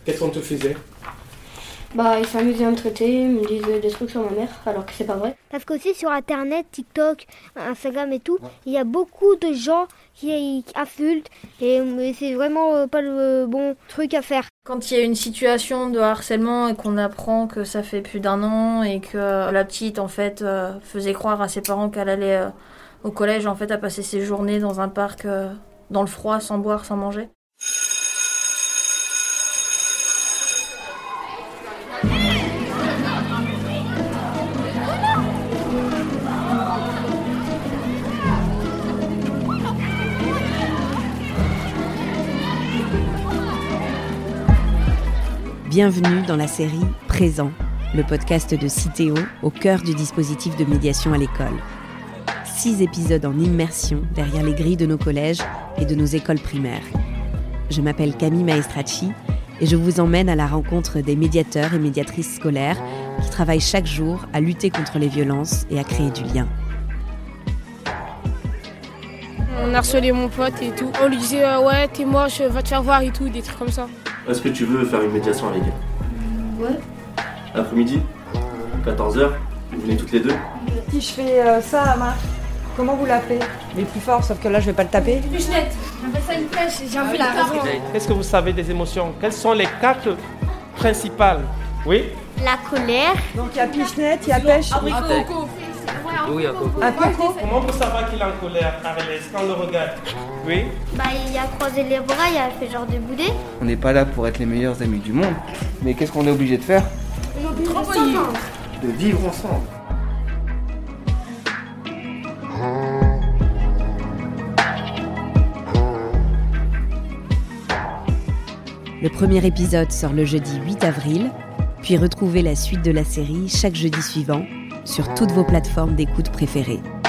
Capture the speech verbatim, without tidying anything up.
Qu'est-ce qu'on te faisait? Bah, ils s'amusaient à me traiter, ils me disaient des trucs sur ma mère, alors que c'est pas vrai. Parce qu'aussi sur Internet, TikTok, Instagram et tout, ouais. Il y a beaucoup de gens qui insultent et c'est vraiment pas le bon truc à faire. Quand il y a une situation de harcèlement et qu'on apprend que ça fait plus d'un an et que la petite, en fait, euh, faisait croire à ses parents qu'elle allait euh, au collège, en fait, à passer ses journées dans un parc, euh, dans le froid, sans boire, sans manger. Bienvenue dans la série Présent, le podcast de Citeo au cœur du dispositif de médiation à l'école. Six épisodes en immersion derrière les grilles de nos collèges et de nos écoles primaires. Je m'appelle Camille Maestracci et je vous emmène à la rencontre des médiateurs et médiatrices scolaires qui travaillent chaque jour à lutter contre les violences et à créer du lien. On harcelait mon pote et tout. On lui disait euh, ouais t'es moche, va te faire voir et tout, des trucs comme ça. Est-ce que tu veux faire une médiation avec elle? Ouais. Après-midi, quatorze heures, vous venez toutes les deux? Si je fais euh, ça à Marc, comment vous l'appelez? Mais plus fort, sauf que là je vais pas le taper. Pichenette, on fait ça une pêche, j'ai envie la raison. Qu'est-ce que vous savez des émotions? Quelles sont les quatre principales? Oui? La colère. Donc il y a Pichenette, il y a pêche. Coco. Oui, à Coco. Un coco. Comment vous savez qu'il est en colère, Arlès, quand on le regarde? Oui? Bah il a croisé les bras, il a fait genre de bouder. On n'est pas là pour être les meilleurs amis du monde, mais qu'est-ce qu'on est obligé de faire? On est obligé de s'entendre. De vivre ensemble. Le premier épisode sort le jeudi huit avril, puis retrouvez la suite de la série chaque jeudi suivant sur toutes vos plateformes d'écoute préférées.